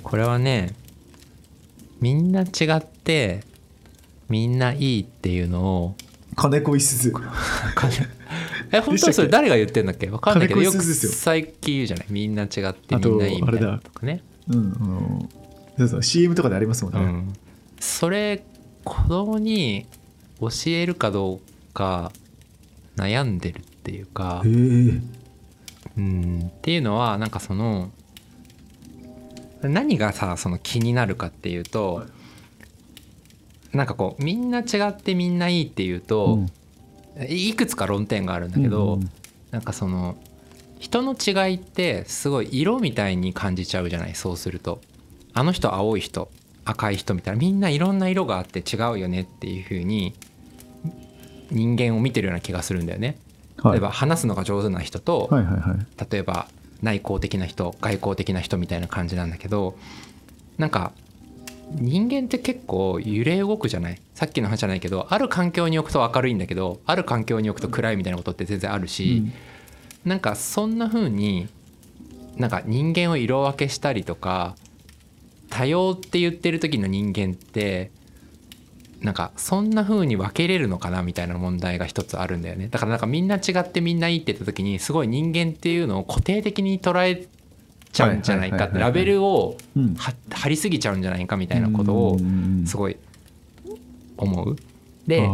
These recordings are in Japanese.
これはね、みんな違ってみんないいっていうのを金子いすず本当にそれ誰が言ってんだっけ？分かんないけど、よく金子いすずですよ最近言うじゃない、みんな違ってみんないいみたいなとかね。 そうそう CM とかでありますもんね、 それ子供に教えるかどうか悩んでるっていうか、っていうのはなんかその何がさその気になるかっていうと、なんかこうみんな違ってみんないいっていうと、いくつか論点があるんだけど、なんかその人の違いってすごい色みたいに感じちゃうじゃない。そうするとあの人青い人赤い人みたいな、みんないろんな色があって違うよねっていう風に人間を見てるような気がするんだよね。例えば話すのが上手な人と、例えば内向的な人外向的な人みたいな感じなんだけど、なんか人間って結構揺れ動くじゃない。さっきの話じゃないけど、ある環境に置くと明るいんだけど、ある環境に置くと暗いみたいなことって全然あるし、なんかそんな風になんか人間を色分けしたりとか、多様って言ってる時の人間ってなんかそんな風に分けれるのかなみたいな問題が一つあるんだよね。だからなんかみんな違ってみんないいって言った時にすごい人間っていうのを固定的に捉えちゃうんじゃないかって、ラベルを貼りすぎちゃうんじゃないかみたいなことをすごい思う。で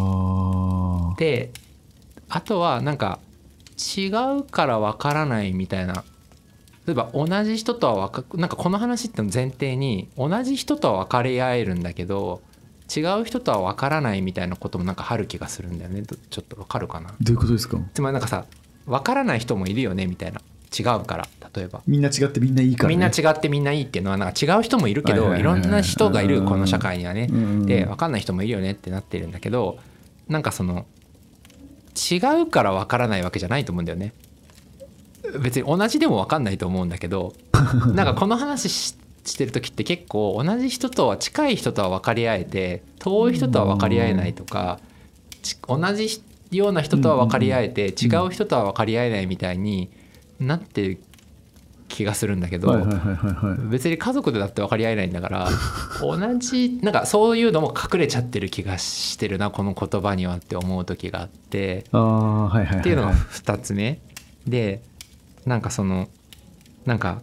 あとはなんか違うから分からないみたいな、例えば同じ人とはなんかこの話っての前提に同じ人とは分かり合えるんだけど違う人とは分からないみたいなこともなんかある気がするんだよね。ちょっと分かるかな。 どういうことですか？ つまりなんかさ、分からない人もいるよねみたいな、違うから。例えばみんな違ってみんないいから、ね、 みんな違ってみんないいっていうのはなんか違う人もいるけどいろんな人がいるこの社会にはね。で分かんない人もいるよねってなってるんだけど、なんかその違うから分からないわけじゃないと思うんだよね。別に同じでも分かんないと思うんだけどなんかこの話してる時って結構同じ人とは近い人とは分かり合えて遠い人とは分かり合えないとか、同じような人とは分かり合えて違う人とは分かり合えないみたいになってる気がするんだけど、別に家族でだって分かり合えないんだから同じなんかそういうのも隠れちゃってる気がしてるなこの言葉にはって思う時があって、っていうのが2つ目で、なんかそのなんか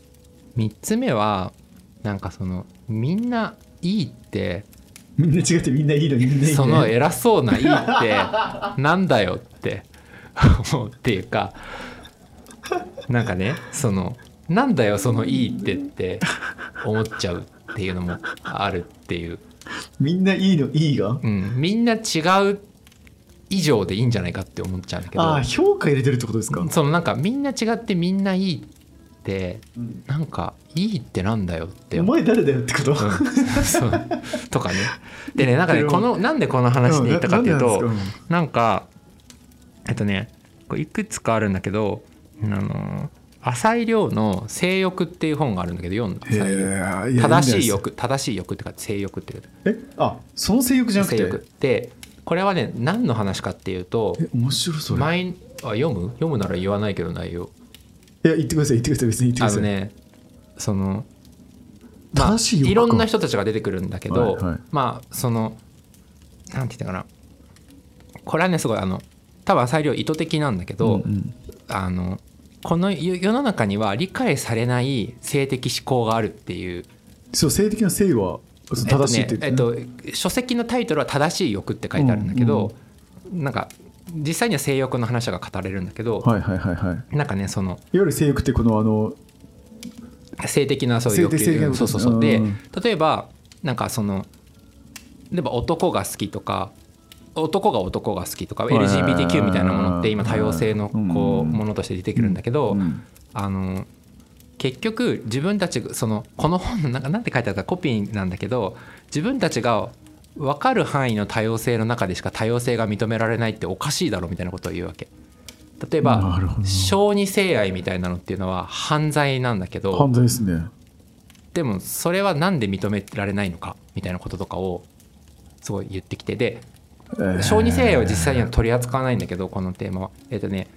3つ目はなんかそのみんないいってみんな違ってみんないいのにみんないい、ね、 その偉そうないいってなんだよって思うっていうか、なんかねそのなんだよそのいいって思っちゃうっていうのもあるっていう。 みんないいのいいが、 みんな違う以上でいいんじゃないかって思っちゃうんだけど、 評価入れてるってことですか？ そのなんかみんな違ってみんないいってなんかいいってなんだよってお前誰だよってこと、 そうとかね。でねなんかねなんでこの話で言ったかっていうと、なんかいくつかあるんだけど、浅井亮の性欲っていう本があるんだけど読んだ？正しい欲ってか性欲ってその性欲じゃなくて、 性欲ってこれはね何の話かっていうと、 面白そう。 読むなら言わないけど内容。 いや言ってください別に言ってください。 その正しい欲か、 いろんな人たちが出てくるんだけど、そのなんて言ったかな、これはねすごい多分浅井亮意図的なんだけど、この世の中には理解されない性的思考があるっていう。 そう、性的な性は正しいって言って、 書籍のタイトルは正しい欲って書いてあるんだけど、なんか実際には性欲の話が語れるんだけど、なんかねそのいわゆる性欲ってこの性的なそういう欲求、そうで、例えばなんかその例えば男が好きとか男が好きとか LGBTQ みたいなものって今多様性のこうものとして出てくるんだけど、結局自分たちこの本のなんて書いてあったコピーなんだけど、自分たちが分かる範囲の多様性の中でしか多様性が認められないっておかしいだろみたいなことを言うわけ。例えば小児性愛みたいなのっていうのは犯罪なんだけど、 犯罪ですね。 でもそれはなんで認められないのかみたいなこととかをすごい言ってきて、で小児性愛は実際には取り扱わないんだけどこのテーマは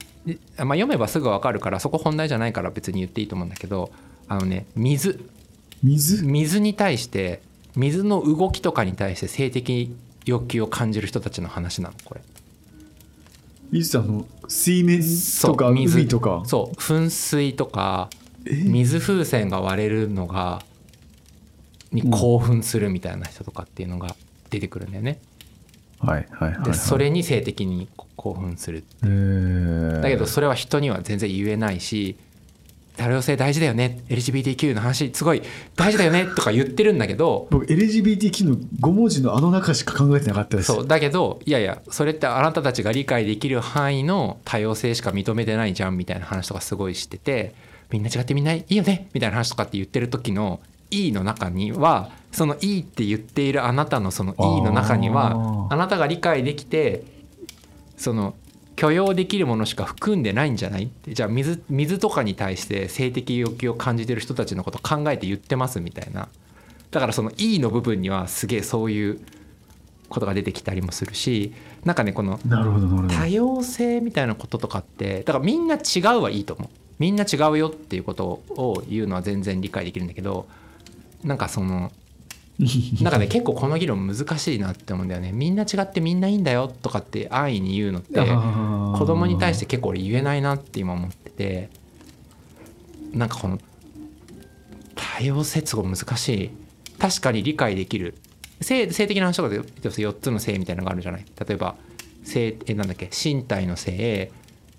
読めばすぐ分かるからそこ本題じゃないから別に言っていいと思うんだけど、水水に対して水の動きとかに対して性的欲求を感じる人たちの話なのこれ。 水って水面とか海とか、 そう噴水とか水風船が割れるのがに興奮するみたいな人とかっていうのが出てくるんだよね。 はいはいはい、はい、 でそれに性的に興奮する。だけどそれは人には全然言えないし、多様性大事だよね LGBTQ の話すごい大事だよねとか言ってるんだけど、 僕 LGBTQ の5文字の中しか考えてなかったです。 そうだけどいやいやそれってあなたたちが理解できる範囲の多様性しか認めてないじゃんみたいな話とかすごいしてて、みんな違ってみんないいよねみたいな話とかって言ってる時の E の中には、その E って言っているあなたのその E の中にはあなたが理解できてその許容できるものしか含んでないんじゃないって、じゃあ 水とかに対して性的欲求を感じてる人たちのこと考えて言ってますみたいな。だからその E の部分にはすげえそういうことが出てきたりもするし、なんかねこの多様性みたいなこととかってだからみんな違うはいいと思う。みんな違うよっていうことを言うのは全然理解できるんだけど、なんかそのなんかね結構この議論難しいなって思うんだよね。みんな違ってみんないいんだよとかって安易に言うのって子供に対して結構俺言えないなって今思ってて、なんかこの多様性ってすごい難しい。確かに理解できる性的な話とかで4つの性みたいなのがあるじゃない。例えばなんだっけ身体の性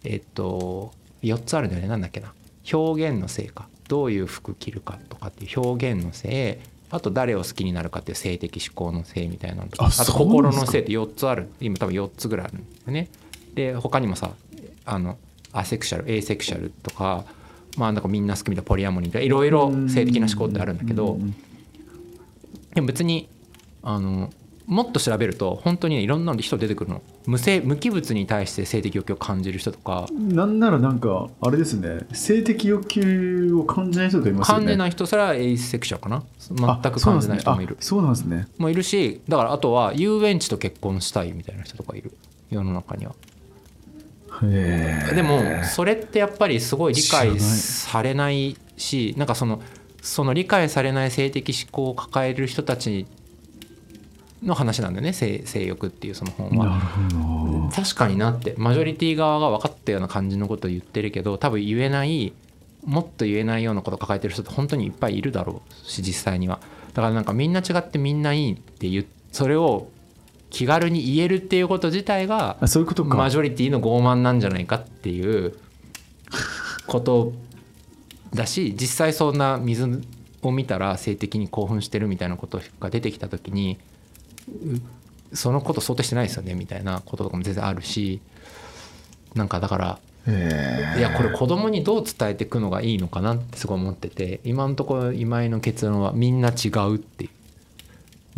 4つあるんだよね。なんだっけな、表現の性か、どういう服着るかとかっていう表現の性、あと誰を好きになるかっていう性的指向の性みたいなのとか、あと心の性って4つある。今多分4つぐらいあるんだよね。で他にもさアセクシャルエイセクシャルとか、まあなんかみんな好きみたいなポリアモニーとかいろいろ性的な思考ってあるんだけど、でも別にもっと調べると本当に、ね、いろんな人出てくるの。無機物に対して性的欲求を感じる人とか、 なんならなんかあれですね、性的欲求を感じない人といますよね。 感じない人、それはエイセクシャルかな、全く感じない人もいる。 そうなんですね。 もういるし、だからあとは遊園地と結婚したいみたいな人とかいる、世の中には。でもそれってやっぱりすごい理解されないし、なんかその理解されない性的思考を抱える人たちの話なんだよね、性欲っていうその本は。 なるほど。 確かになって、マジョリティ側が分かったような感じのことを言ってるけど、多分言えない、もっと言えないようなことを抱えてる人って本当にいっぱいいるだろうし、実際には。だからなんかみんな違ってみんないいってそれを気軽に言えるっていうこと自体がそういうことか、 マジョリティの傲慢なんじゃないかっていうことだし、実際そんな水を見たら性的に興奮してるみたいなことが出てきた時に、そのこと想定してないですよねみたいなこととかも全然あるし、なんかだからいやこれ子供にどう伝えていくのがいいのかなってすごい思ってて、今のところ今井の結論はみんな違うっていう。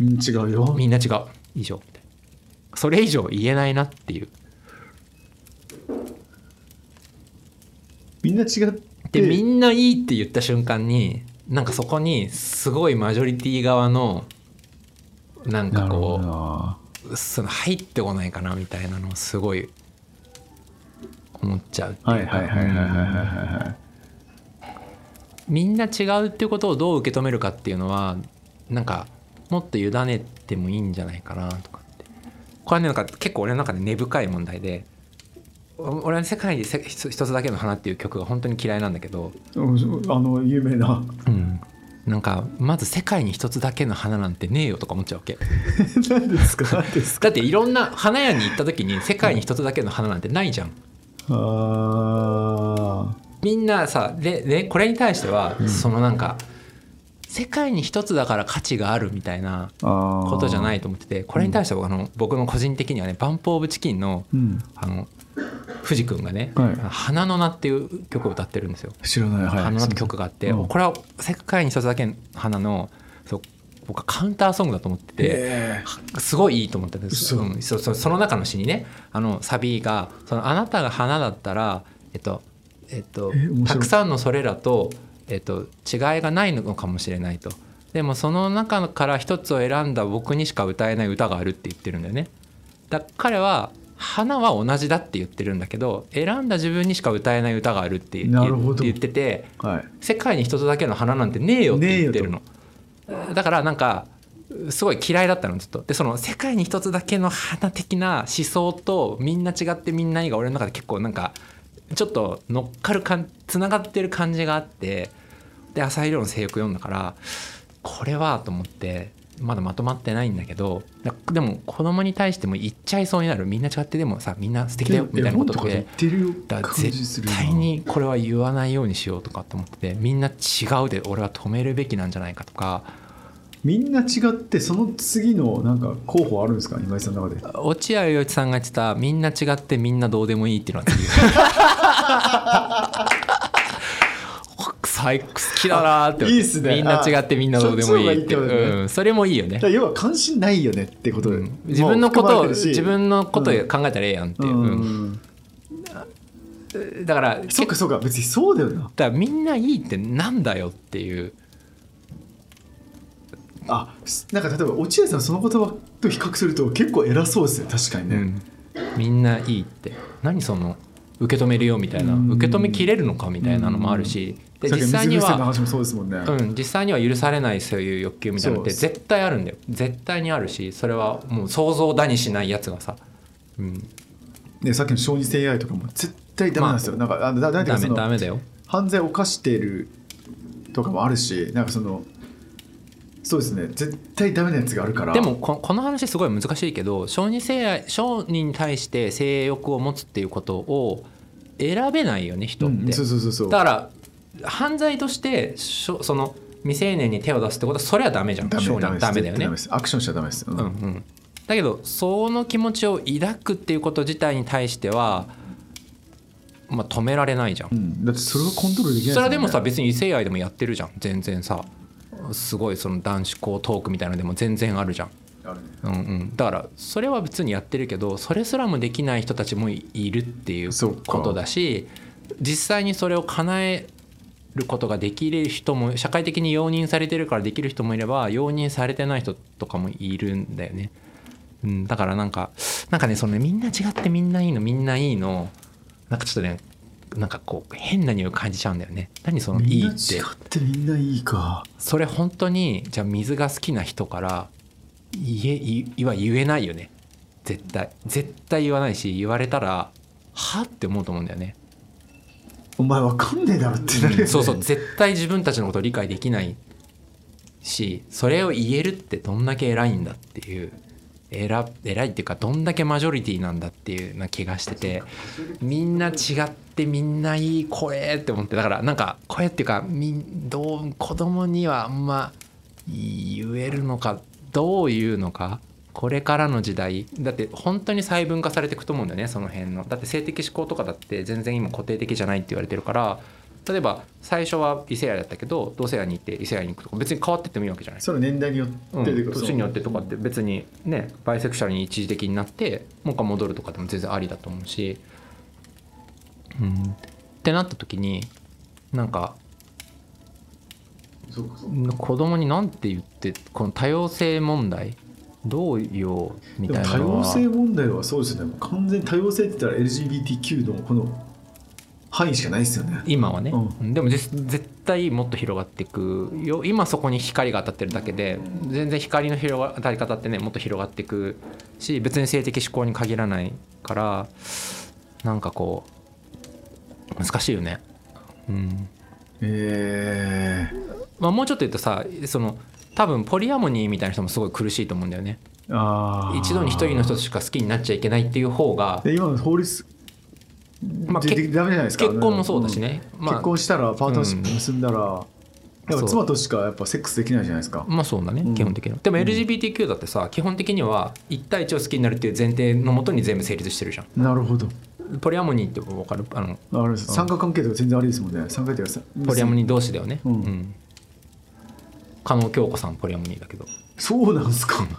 違うよ、 みんな違う以上みたいな、それ以上言えないなっていう。 みんな違ってでみんないいって言った瞬間になんかそこにすごいマジョリティ側のなんかこうその入ってこないかなみたいなのをすごい思っちゃうっていうか、みんな違うっていうことをどう受け止めるかっていうのはなんかもっと委ねてもいいんじゃないかなとかって。これはねなんか結構俺の中で根深い問題で、俺は世界に一つだけの花っていう曲が本当に嫌いなんだけど、 有名な、 なんかまず世界に一つだけの花なんてねえよとか思っちゃうわけ。 何ですかだっていろんな花屋に行った時に世界に一つだけの花なんてないじゃん。みんなさでこれに対しては、そのなんか世界に一つだから価値があるみたいなことじゃないと思ってて、これに対しては僕の個人的にはね、バンプオブチキンの藤君がね、花の名っていう曲を歌ってるんですよ。 知らない。 花の名って曲があって、これは世界に一つだけの花の僕はカウンターソングだと思ってて、すごいいいと思ってるんです。その中の詩にね、サビがあなたが花だったらたくさんのそれらと違いがないのかもしれないと。でもその中から一つを選んだ僕にしか歌えない歌があるって言ってるんだよね。彼は花は同じだって言ってるんだけど選んだ自分にしか歌えない歌があるってなるほど言ってて、 はい、 世界に一つだけの花なんてねえよって言ってるの。だからなんかすごい嫌いだったのずっと。でその世界に一つだけの花的な思想とみんな違ってみんないいが俺の中で結構なんかちょっと乗っかるつながってる感じがあって、で浅井亮の性欲読んだからこれはと思ってまだまとまってないんだけど、でも子供に対しても言っちゃいそうになる。みんな違ってでもさみんな素敵だよみたいなことって絶対にこれは言わないようにしようとかと思って、みんな違うで俺は止めるべきなんじゃないかとか。 みんな違ってその次のなんか候補あるんですか今井さんの中で。 落合陽一さんが言ってたみんな違ってみんなどうでもいいっていうのは最高好きだなって。 いいっすね。 みんな違ってみんなどうでもいいって、うん、それもいいよね。 要は関心ないよねってことで、 自分のことを考えたらええやんっていう、だからそうかそうか別にそうだよな。だからみんないいってなんだよっていう。 なんか例えば落合さんその言葉と比較すると結構偉そうですね確かにね、 みんないいって何その受け止めるよみたいな、受け止めきれるのかみたいなのもあるし、で実際には実際には許されないそういう欲求みたいなのって絶対あるんだよ。絶対にあるし、それはもう想像だにしないやつがさ、 ね、さっきの小児性愛とかも絶対ダメなんですよ、なんかダメだよ。 犯罪を犯しているとかもあるし、なんかそのそうですね絶対ダメなやつがあるから。 でもこの話すごい難しいけど、小児に対して性欲を持つっていうことを選べないよね人って、だから犯罪としてその未成年に手を出すってことはそれはダメじゃん。ダメだよね。 アクションしちゃダメです、 だけどその気持ちを抱くっていうこと自体に対しては止められないじゃん、 だってそれはコントロールできないですよね。 それはでもさ別に異性愛でもやってるじゃん全然さ。すごいその男子校トークみたいなのでも全然あるじゃん、だからそれは別にやってるけど、それすらもできない人たちもいるっていうことだし、実際にそれを叶えることができる人も社会的に容認されてるからできる人もいれば、容認されてない人とかもいるんだよね、だからなんかねそのねみんな違ってみんないいのみんないいのなんかちょっとねなんかこう変な匂い感じちゃうんだよね。何そのいいって。 みんな違ってみんないいか。 それ本当にじゃあ水が好きな人から言えないよね。絶対言わないし、言われたらはって思うと思うんだよね。 お前わかんねえだろってなるよね、 そう絶対自分たちのことを理解できないし、それを言えるってどんだけ偉いんだっていう、偉いっていうかどんだけマジョリティなんだっていうな気がしてて、みんな違ってみんないい声って思って、だからなんか声っていうか子供にはあんま言えるのかどういうのか、これからの時代だって本当に細分化されていくと思うんだよねその辺の。だって性的指向とかだって全然今固定的じゃないって言われてるから、例えば最初は異性愛だったけど同性愛に行って異性愛に行くとか別に変わってってもいいわけじゃない。 それ年代によって年によってとかって別にねバイセクシャルに一時的になってもう一回戻るとかでも全然ありだと思うし、ってなった時になんか子供になんて言ってこの多様性問題どうよみたいなのは。 多様性問題はそうですね。完全に多様性って言ったら LGBTQ のこの範囲しかないですよね今はね、でも絶対もっと広がっていくよ。今そこに光が当たってるだけで全然光の当たり方ってねもっと広がっていくし、別に性的指向に限らないからなんかこう難しいよね。もうちょっと言うとさ、その多分ポリアモニーみたいな人もすごい苦しいと思うんだよね。一度に一人の人しか好きになっちゃいけないっていう方が今の法律ダメじゃないですか。 結婚もそうだしね、 結婚したらパートナーシップ結んだら、やっぱ妻としかやっぱセックスできないじゃないですか。 そうだね、基本的には。でも LGBTQ だってさ、基本的には1対1を好きになるっていう前提のもとに全部成立してるじゃん。 なるほど。 ポリアモニーって分かる？ 三角関係とか全然ありですもんね。三角ってポリアモニー同士だよね。加納京子さんポリアモニーだけど。 そうなんですか。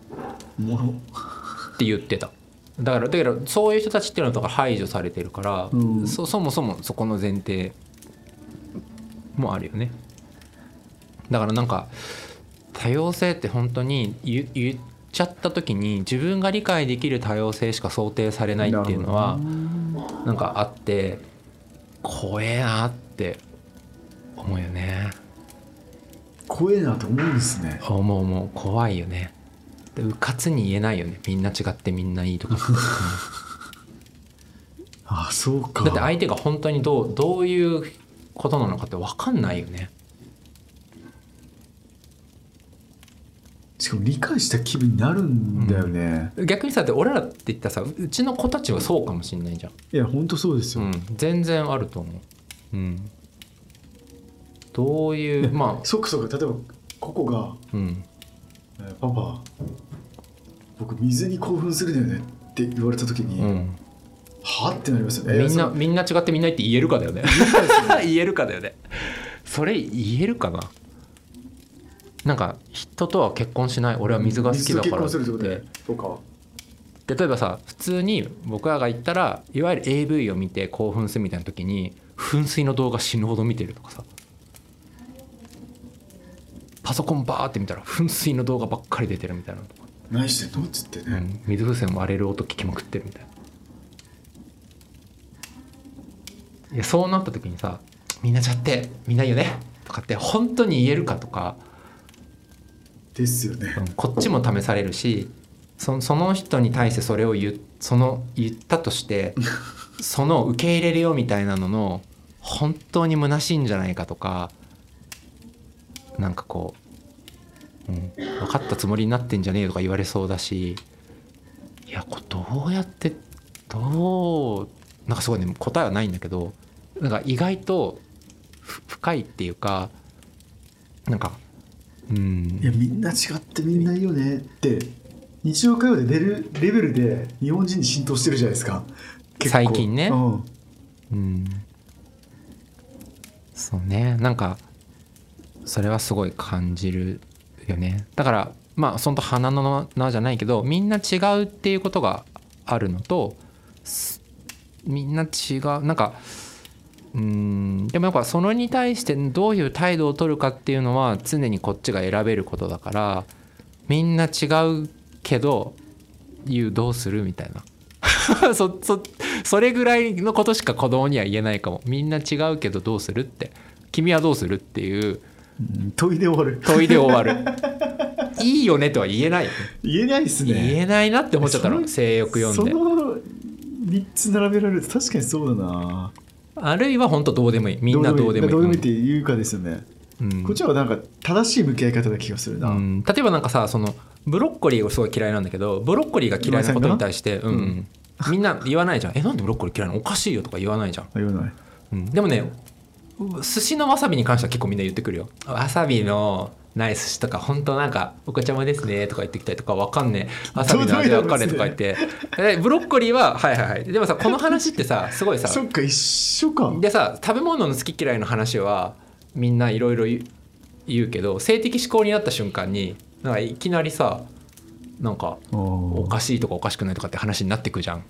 って言ってた。だからそういう人たちっていうのとか排除されてるから、そもそもそこの前提もあるよね。だからなんか多様性って本当に言っちゃった時に自分が理解できる多様性しか想定されないっていうのはなんかあって怖えなって思うよね。 怖えなと思うんですね。 もう怖いよね。でうかつに言えないよね、みんな違ってみんないいとかああそうか。 だって相手が本当にどういうことなのかって分かんないよね。 しかも理解した気分になるんだよね、 逆にさ、俺らって言ったらさ、うちの子たちはそうかもしんないじゃん。 いや本当そうですよ、 全然あると思う。どういうまあそっか例えばここが、パパ僕水に興奮するんだよねって言われた時に、はってなりますよね。 みんな違ってみんなって言えるかだよね言えるかだよね。それ言えるかな。なんか人とは結婚しない、俺は水が好きだからって例えばさ、普通に僕らが言ったらいわゆる AV を見て興奮するみたいな時に噴水の動画死ぬほど見てるとかさ、パソコンバーって見たら噴水の動画ばっかり出てるみたいなとか、 何してんのっつってね、 水風船割れる音聞きまくってるみたいな。いやそうなった時にさ、みんなちゃってみんないいよねとかって本当に言えるかとかですよね、 こっちも試されるし、その人に対してそれを言ったとしてその受け入れるよみたいなのの本当に虚しいんじゃないかとか、なんかこう、分かったつもりになってんじゃねえよとか言われそうだし、いやこれどうやってなんかすごいね、答えはないんだけど、なんか意外と深いっていうか、なんかいやみんな違ってみんないいよねって日常会話で出るレベルで日本人に浸透してるじゃないですか最近ね。そうね、なんかそれはすごい感じるよね。だからまあそんと鼻の縄じゃないけど、みんな違うっていうことがあるのと、みんな違う、なんかでもやっぱそれに対してどういう態度を取るかっていうのは常にこっちが選べることだから、みんな違うけどどうするみたいなそれぐらいのことしか子供には言えないかも。みんな違うけどどうするって、君はどうするっていう問いで終わるいいよねとは言えないよね。 言えないですね。 言えないなって思っちゃったの、性欲読んで。 その3つ並べられると確かにそうだな。 あるいは本当どうでもいい、みんなどうでもいい、 どうでもいいっていうかですよね、こっちはなんか正しい向き合い方な気がするな、 例えばなんかさ、そのブロッコリーをすごい嫌いなんだけど、ブロッコリーが嫌いなことに対して、みんな言わないじゃん。なんでブロッコリー嫌いなの、おかしいよとか言わないじゃん。 言わない、 でもね、寿司のわさびに関しては結構みんな言ってくるよ。わさびのない寿司とか本当なんかお子ちゃまですねとか言ってきたりとか、わかんねえわさびの味わかんねえとか言ってブロッコリーははいでもさ、この話ってさすごいさそっか一緒かでさ、食べ物の好き嫌いの話はみんないろいろ言うけど、性的指向になった瞬間になんかいきなりさ、なんかおかしいとかおかしくないとかって話になってくじゃん。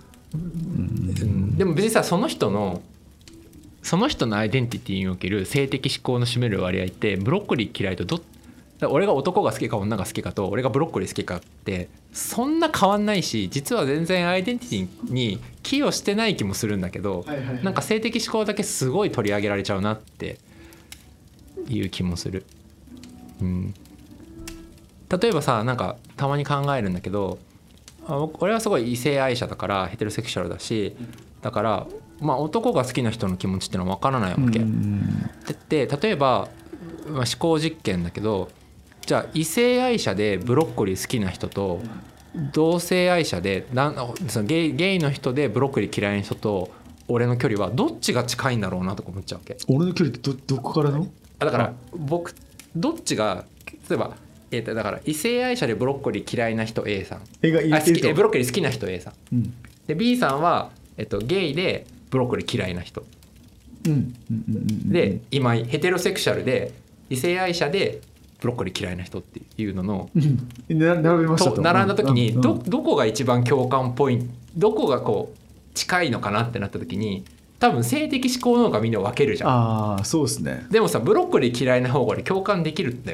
でも別にさ、その人のアイデンティティにおける性的指向の占める割合ってブロッコリー嫌いと俺が男が好きか女が好きかと俺がブロッコリー好きかってそんな変わんないし、実は全然アイデンティティに寄与してない気もするんだけど、なんか性的指向だけすごい取り上げられちゃうなっていう気もする。例えばさ、なんかたまに考えるんだけど、俺はすごい異性愛者だからヘテロセクシャルだし、だからまあ男が好きな人の気持ちってのは分からないわけで、例えば、思考実験だけど、じゃあ異性愛者でブロッコリー好きな人と同性愛者でそのゲイの人でブロッコリー嫌いな人と俺の距離はどっちが近いんだろうなとか思っちゃうわけ。 俺の距離ってどこからの？ だから僕どっちが、例えばだから異性愛者でブロッコリー嫌いな人 A さん、ブロッコリー好きな人 A さん、で B さんは、ゲイでブロッコリー嫌いな人、で今ヘテロセクシャルで異性愛者でブロッコリー嫌いな人っていうのの並べましたと並んだ時にどこが一番共感ポイント、どこがこう近いのかなってなった時に多分性的指向の方がみんな分けるじゃん。 ああそうですね。 でもさ、ブロッコリー嫌いな方が俺共感できるんだよね。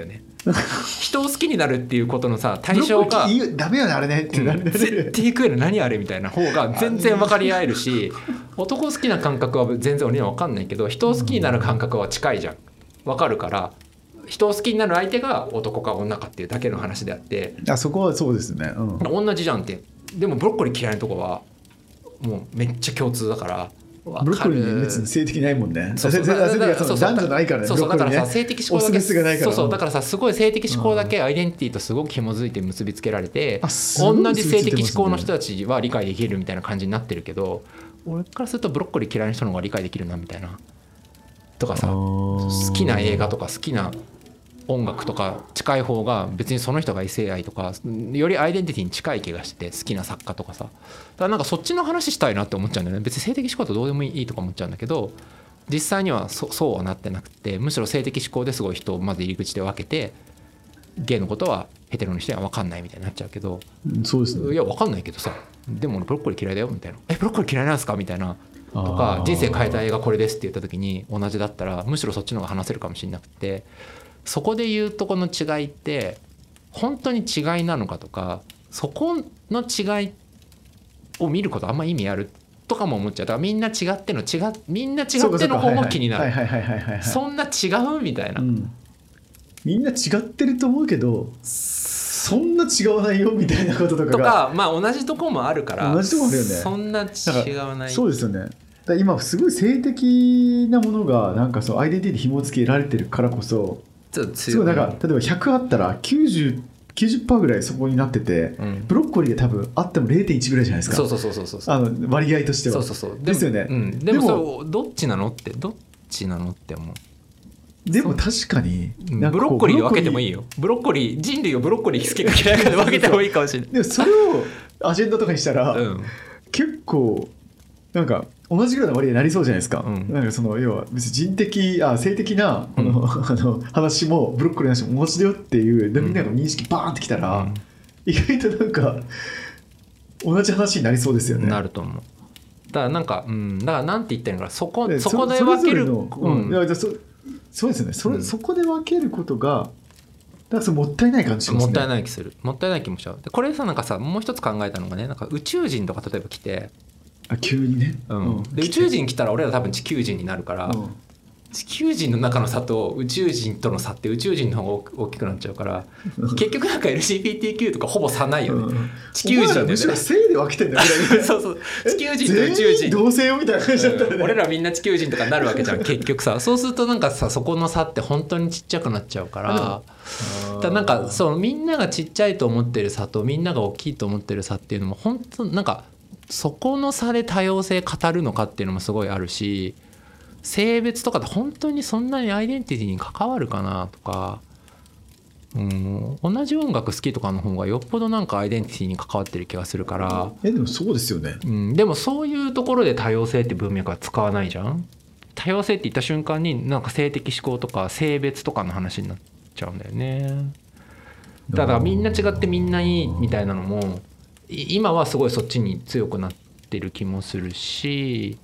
人を好きになるっていうことのさ対象がダメよねあれねって絶対食える何あれみたいな方が全然分かり合えるし男好きな感覚は全然俺には分かんないけど人を好きになる感覚は近いじゃん分かるから人を好きになる相手が男か女かっていうだけの話であってそこはそうですね、 同じじゃんって。でもブロッコリー嫌いなとこはもうめっちゃ共通だからブロッコリー別に性的ないもんね。 そうそう男女ないからね。 そうだからさ性的思考だけそうだからさすごい性的思考だけアイデンティティとすごく紐づいて結びつけられて同じ性的思考の人たちは理解できるみたいな感じになってるけど俺からするとブロッコリー嫌いな人の方が理解できるなみたいなとかさ好きな映画とか好きな音楽とか近い方が別にその人が異性愛とかよりアイデンティティに近い気がして好きな作家とかさだからなんかそっちの話したいなって思っちゃうんだよね。別に性的思考とどうでもいいとか思っちゃうんだけど実際にはそうはなってなくてむしろ性的思考ですごい人をまず入り口で分けてゲイのことはヘテロの人には分かんないみたいになっちゃうけどそうですね。 いや分かんないけどさでも俺ブロッコリー嫌いだよみたいなブロッコリー嫌いなんですかみたいなとか人生変えた映画これですって言った時に同じだったらむしろそっちの方が話せるかもしれなくてそこで言うとこの違いって本当に違いなのかとかそこの違いを見ることあんま意味あるとかも思っちゃう。だからみんな違っての方も気になる。そんな違うみたいな、 みんな違ってると思うけどそんな違わないよみたいなこととかまあ同じとこもあるから同じとこあるよね。 そんな違わない。 そうですよね。だ今すごい性的なものがなんかそうアイデンティティ紐付けられてるからこそすごいなんか例えば100あったら90% ぐらいそこになってて、ブロッコリーが多分あっても 0.1 ぐらいじゃないですか。そう割合としてはですよね。 でもどっちなのって思う。 でも確かにブロッコリーで分けてもいいよ。ブロッコリー人類をブロッコリー好きか嫌いかで分けてもいいかもしれない。 でもそれをアジェンダとかにしたら、結構なんか同じぐらいの割合になりそうじゃないですか。なんかその要は別に性的な話もブロッコリーの話も同じだよっていうみんなの認識バーンってきたら、意外となんか同じ話になりそうですよね。 なると思う。だからなんかだからなんて言ったらいいのかなそこで分けるそうですよね。そこで分けることがだからもったいない感じしますね。 もったいない気する。もったいない気もしちゃう。でこれさなんかさもう一つ考えたのがねなんか宇宙人とか例えば来て急にね、 で宇宙人来たら俺ら多分地球人になるから、地球人の中の差と宇宙人との差って宇宙人の方が大きくなっちゃうから結局なんか LGBTQ とかほぼ差ないよね。地球人だよね。 むしろ性で分けてんだよそう地球人と宇宙人同性よみたいな感じだったよね。 俺らみんな地球人とかになるわけじゃん結局さ。そうするとなんかさそこの差って本当にちっちゃくなっちゃうからなんかそうみんながちっちゃいと思ってる差とみんなが大きいと思ってる差っていうのも本当なんかそこの差で多様性語るのかっていうのもすごいあるし性別とかって本当にそんなにアイデンティティに関わるかなとか、同じ音楽好きとかの方がよっぽどなんかアイデンティティに関わってる気がするからでもそうですよね、 でもそういうところで多様性って文脈は使わないじゃん。多様性って言った瞬間になんか性的指向とか性別とかの話になっちゃうんだよね。だからみんな違ってみんないいみたいなのも今はすごいそっちに強くなってる気もするし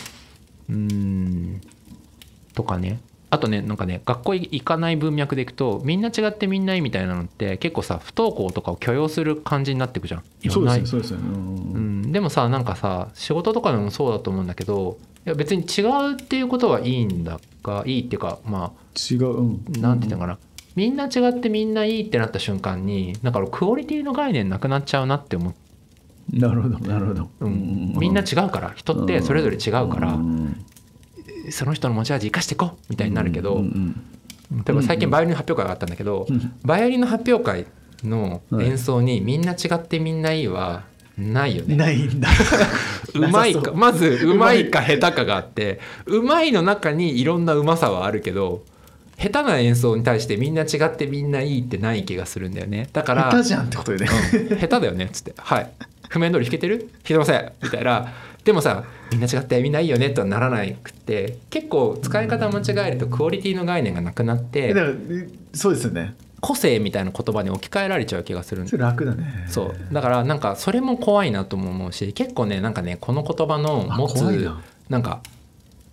とかね。あとねなんかね学校行かない文脈でいくとみんな違ってみんないいみたいなのって結構さ不登校とかを許容する感じになっていくじゃん。 そうですね。 でもさなんかさ仕事とかでもそうだと思うんだけどいや別に違うっていうことはいいんだがいいっていうかまあ違う、 なんていうのかなみんな違ってみんないいってなった瞬間になんかクオリティの概念なくなっちゃうなって思って。 なるほどなるほど、 みんな違うから人ってそれぞれ違うから、その人の持ち味生かしていこうみたいになるけど、例えば最近バイオリンの発表会があったんだけど、バイオリンの発表会の演奏にみんな違ってみんないいはないよね。 ないんだうまいかまずうまいか下手かがあってうまいの中にいろんなうまさはあるけど下手な演奏に対してみんな違ってみんないいってない気がするんだよね。だから下手じゃんってことよね、 下手だよねっつってはい譜面通り弾けてる弾けてませんみたいな。でもさみんな違ってみんないいよねとはならなくて結構使い方間違えるとクオリティの概念がなくなってだからそうですよね個性みたいな言葉に置き換えられちゃう気がするんでそれ楽だね。 そうだからなんかそれも怖いなとも思うし結構ねなんかねこの言葉の持つなんか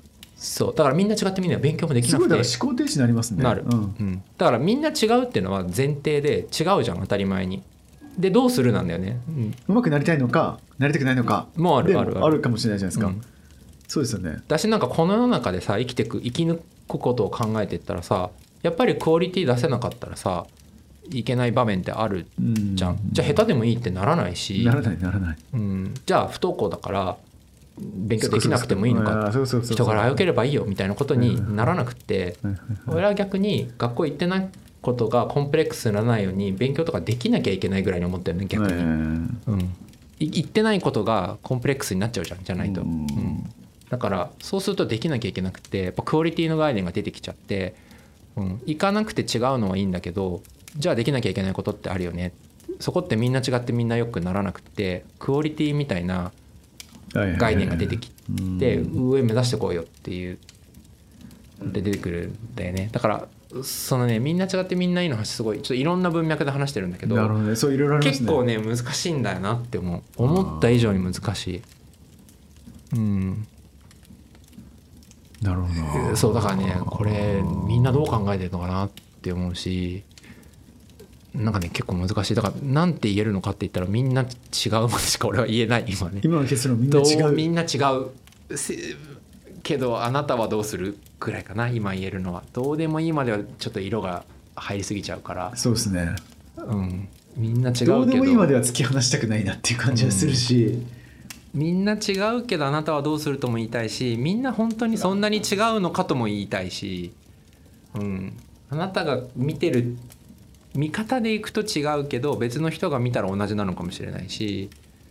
そうだからみんな違ってみんな勉強もできなくて、 すごいだから思考停止になりますね。 なる、だからみんな違うっていうのは前提で違うじゃん当たり前に。でどうするなんだよね、 うまくなりたいのかなりたくないのかもうあるかもしれないじゃないですか、そうですよね。 私なんかこの世の中でさ生き抜くことを考えていったらさ、やっぱりクオリティ出せなかったらさいけない場面ってあるじゃん、じゃあ下手でもいいってならないし、 ならない、 じゃあ不登校だから勉強できなくてもいいのか、人柄良ければいいよみたいなことにならなくて、俺は逆に学校行ってないことがコンプレックスにならないように勉強とかできなきゃいけないぐらいに思ってるね逆に、行ってないことがコンプレックスになっちゃうじゃないと、だからそうするとできなきゃいけなくて、やっぱクオリティの概念が出てきちゃって、行かなくて違うのはいいんだけど、じゃあできなきゃいけないことってあるよね、そこってみんな違ってみんなよくならなくてクオリティみたいな概念が出てきて上目指してこうよっていうで出てくるんだよね。だからそのねみんな違ってみんないいの話すごいちょっといろんな文脈で話してるんだけど、 なるほどね、そういろいろありますね。 結構ね難しいんだよなって思った以上に難しい。 なるほど。 そうだからねこれみんなどう考えてるのかなって思うし、なんかね結構難しい。だからなんて言えるのかって言ったらみんな違うまでしか俺は言えない今ね。 今の結論みんな違う。 みんな違うけどあなたはどうするくらいかな今言えるのは。どうでもいいまではちょっと色が入りすぎちゃうから。 そうですね。 みんな違うけどどうでもいいまでは突き放したくないなっていう感じはするし、 みんな違うけどあなたはどうするとも言いたいし、みんな本当にそんなに違うのかとも言いたいし、あなたが見てる見方でいくと違うけど別の人が見たら同じなのかもしれないし、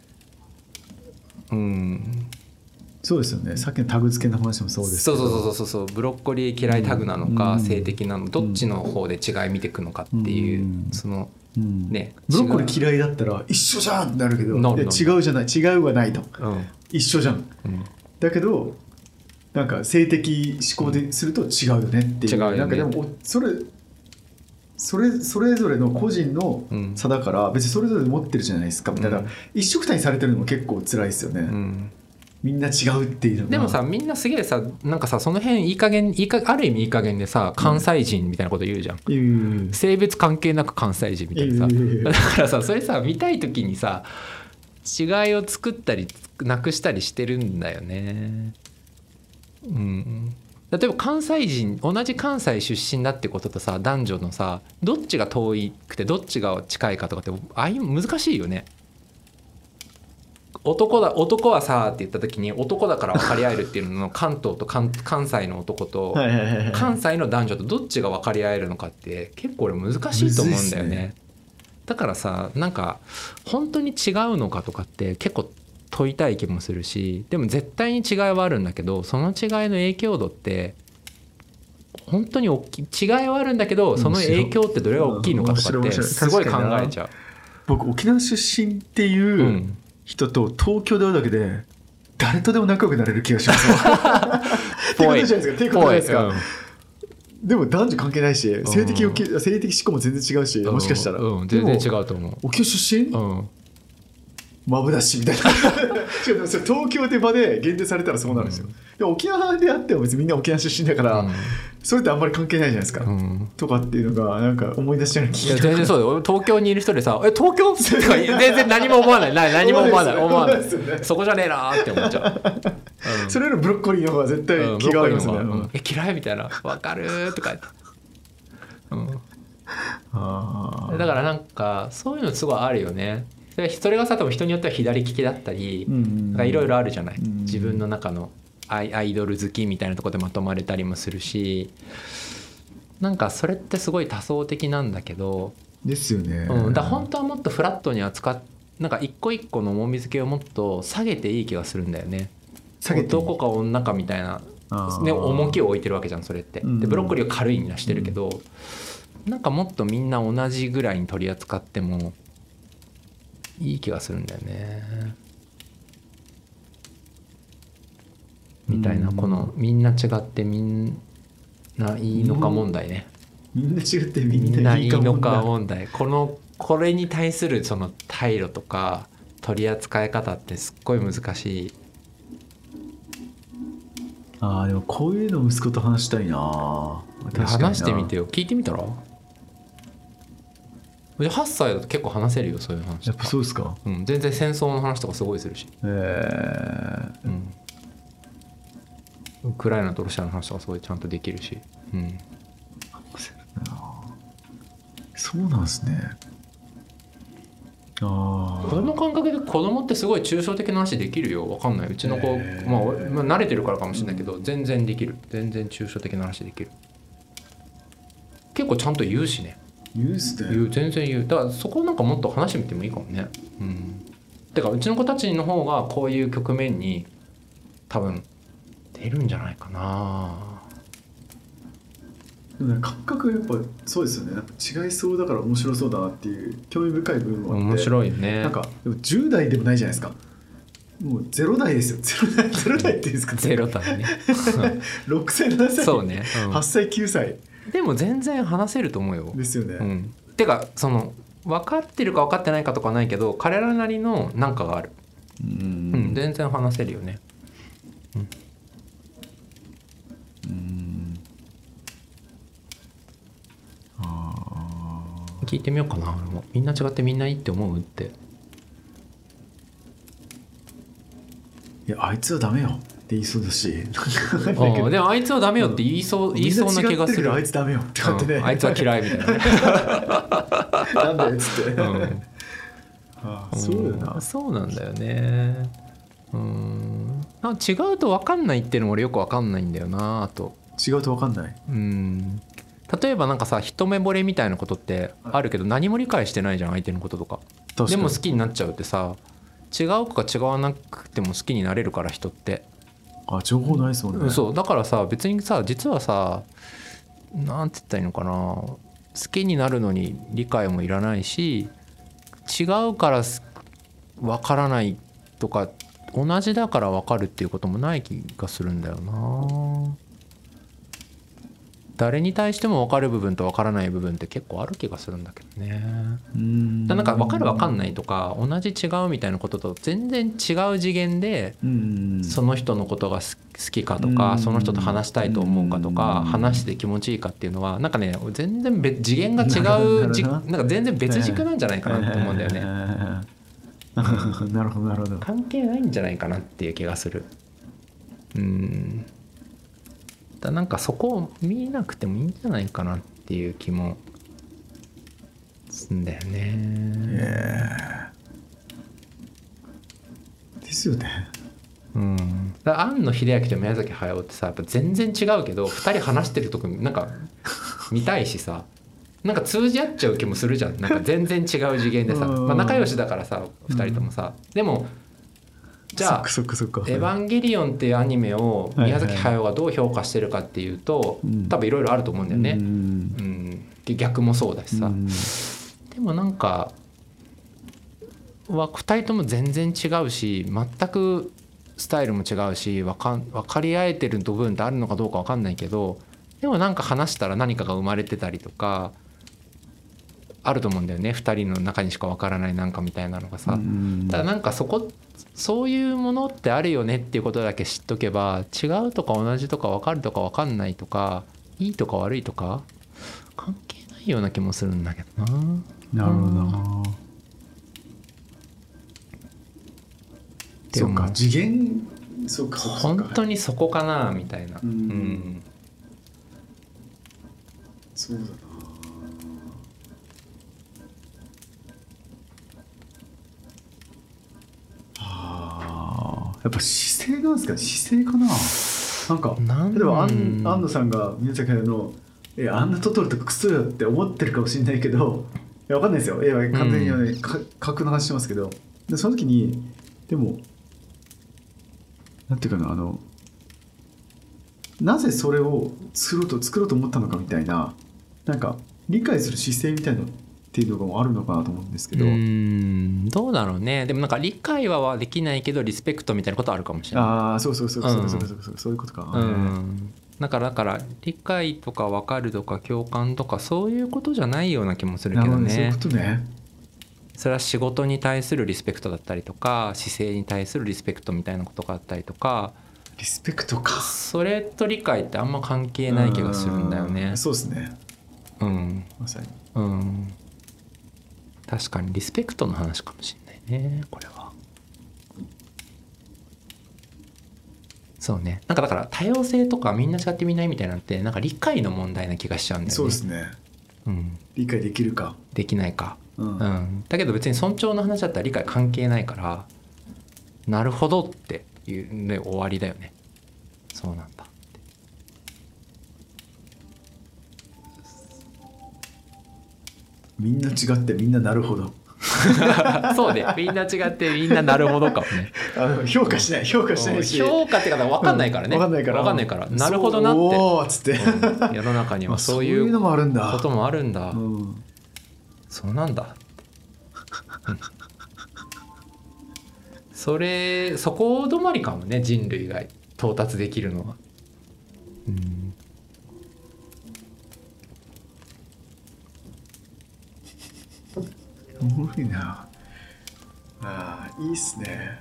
そうですよね。さっきのタグ付けの話もそうですけど、 そうブロッコリー嫌いタグなのか性的なのどっちの方で違い見ていくのかっていう、そのね、 ブロッコリー嫌いだったら一緒じゃんってなるけど、いや違うじゃない、違うはないと、一緒じゃん、だけどなんか性的思考ですると違うよねっていう、なんかでもそれぞれの個人の差だから別にそれぞれ持ってるじゃないですかみたいな、一緒くたにされてるのも結構辛いですよね、みんな違うっていうのが。 でもさみんなすげえさなんかさその辺いい加減ある意味いい加減でさ関西人みたいなこと言うじゃん、性別関係なく関西人みたいなさ、だからさそれさ見たい時にさ違いを作ったりなくしたりしてるんだよね。例えば関西人同じ関西出身だってこととさ男女のさどっちが遠くてどっちが近いかとかって難しいよね。男はさって言った時に男だから分かり合えるっていうのの関東と関西の男と関西の男女とどっちが分かり合えるのかって結構俺難しいと思うんだよね。だからさなんか本当に違うのかとかって結構問いたい気もするし、でも絶対に違いはあるんだけどその違いの影響度って本当に違いはあるんだけどその影響ってどれが大きいのかとかってすごい考えちゃう。 僕沖縄出身っていう人と東京で会うだけで誰とでも仲良くなれる気がしますってことじゃないですか。っていうことじゃないですか。でも男女関係ないし性的思考も全然違うし、もしかしたら全然違うと思う。 沖縄出身マブだしみたいなしかもそれ東京で場で限定されたらそうなんですよ、でも沖縄であっても別にみんな沖縄出身だから、それってあんまり関係ないじゃないですか、とかっていうのがなんか思い出しちゃう気が。 全然そうよ。東京にいる人でさ東京とか全然何も思わない何も思わない、そこじゃねえなって思っちゃう、 それよりブロッコリーの方が絶対気が合いますね、 嫌いみたいな分かるとか言って、だからなんかそういうのすごいあるよね。それがさ多分人によっては左利きだったりいろいろあるじゃない、自分の中のアイドル好きみたいなところでまとまれたりもするし、なんかそれってすごい多層的なんだけどですよね、 だから本当はもっとフラットになんか一個一個の重み付けをもっと下げていい気がするんだよね。男か女かみたいな、ね、重きを置いてるわけじゃんそれって。でブロッコリーは軽いにはしてるけど、なんかもっとみんな同じぐらいに取り扱ってもいい気がするんだよね。みたいな、このみんな違ってみんないいのか問題ね。 みんな違ってみんないいのか問題。これに対するその態度とか取り扱い方ってすっごい難しいあでもこういうの息子と話したいな。 話してみてよ。聞いてみたら。8歳だと結構話せるよ、そういう話。 やっぱそうですか。 うん、全然戦争の話とかすごいするし、ウクライナとロシアの話とかすごいちゃんとできるし、 そうなんですね。 俺の感覚で子供ってすごい抽象的な話できるよ。分かんない、うちの子、まあ慣れてるからかもしれないけど、全然できる。全然抽象的な話できる。結構ちゃんと言うしね。 言うっすね。 全然言う。だからそこなんかもっと話してみてもいいかもね。てかうちの子たちの方がこういう局面に多分出るんじゃないかな。 でも感覚やっぱそうですよね。なんか違いそうだから面白そうだなっていう興味深い部分もあって。 面白いよね。 なんかでも10代でもないじゃないですか。もう0代ですよ。0代っていうんですか。 0代ね。 6歳7歳。 そうね。 8歳9歳。 でも全然話せると思うよ。 ですよね。 てかその分かってるか分かってないかとかないけど、彼らなりの何かがある。全然話せるよね。聞いてみようかな。俺もみんな違ってみんないいって思うって。 いやあいつはダメよって言いそうだしでもあいつはダメよって言いそうな気がする。 あいつダメよって言ってね、 あいつは嫌いみたいなね。 なんだよっつって、そうだな。 そうなんだよね。違うと分かんないっていうのも俺よく分かんないんだよな。あと違うと分かんない。 例えばなんかさ、一目惚れみたいなことってあるけど何も理解してないじゃん、相手のこととか。でも好きになっちゃうってさ、違うか違わなくても好きになれるから、人って。 情報ないですもんね。 そうだからさ、別にさ、実はさ、なんて言ったらいいのかな、好きになるのに理解もいらないし、違うから分からないとか、同じだから分かるっていうこともない気がするんだよな。誰に対しても分かる部分と分からない部分って結構ある気がするんだけどね。なんか分かる分かんないとか同じ違うみたいなことと全然違う次元で、その人のことが好きかとか、その人と話したいと思うかとか、話して気持ちいいかっていうのはなんかね、全然次元が違うなんか全然別軸なんじゃないかなと思うんだよね。 なるほどなるほど。 関係ないんじゃないかなっていう気がする。なんかそこを見なくてもいいんじゃないかなっていう気もすんだよね。 ですよね。 だ庵野秀明と宮崎駿ってさ、やっぱ全然違うけど2人話してるとこなんか見たいしさ、なんか通じ合っちゃう気もするじゃん。なんか全然違う次元でさ、仲良しだからさ2人ともさ、でもじゃあ「エヴァンゲリオン」っていうアニメを宮崎駿がどう評価してるかっていうと、多分いろいろあると思うんだよね。逆もそうだしさ。でもなんか2人とも全然違うし、全くスタイルも違うし、分かり合えてる部分ってあるのかどうか分かんないけど、でもなんか話したら何かが生まれてたりとかあると思うんだよね。2人の中にしか分からないなんかみたいなのがさ。ただなんかそういうものってあるよねっていうことだけ知っとけば、違うとか同じとか分かるとか分かんないとか、いいとか悪いとか関係ないような気もするんだけどな。 なるほどな。そうか、次元、そうか本当にそこかなみたいな。 そうだな。やっぱ姿勢なんですか、姿勢かな。なんか例えば安野さんが宮崎駿のあんなトトロとかクソよって思ってるかもしれないけど、いや分かんないですよ。完全に架空の話してますけど、でその時にでもなんていうかな、なぜそれを作ろうと思ったのかみたいな、なんか理解する姿勢みたいなのっていうのがあるのかなと思うんですけど、 どうだろうね。でもなんか理解はできないけどリスペクトみたいなことあるかもしれない。 ああ、そうそういうことか。 だから理解とか分かるとか共感とかそういうことじゃないような気もするけどね。 そういうことね。 それは仕事に対するリスペクトだったりとか、姿勢に対するリスペクトみたいなことがあったりとか、 リスペクトか。 それと理解ってあんま関係ない気がするんだよね。 そうですね。まさに。 確かにリスペクトの話かもしれないね、これは。そうね。なんかだから多様性とかみんな違ってみんないいみたいなんてなんか理解の問題な気がしちゃうんだよね。 そうですね。理解できるかできないか。だけど別に尊重の話だったら理解関係ないから、なるほどっていうで終わりだよね。そうなんだって。 みんな違ってみんななるほど。 そうね、みんな違ってみんななるほどかもね。 評価しないし、評価って方分かんないからね。分かんないからなるほどなって。 おーっつって、 世の中にはそういうのもあるんだ。 こともあるんだ。そうなんだ。そこ止まりかもね、人類が到達できるのは。 おもろいな。いいっすね。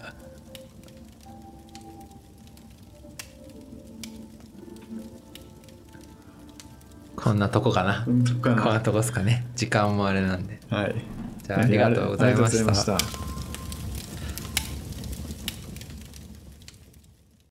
こんなとこかな。こんなとこですかね。時間もあれなんで。 はい。 じゃあありがとうございました。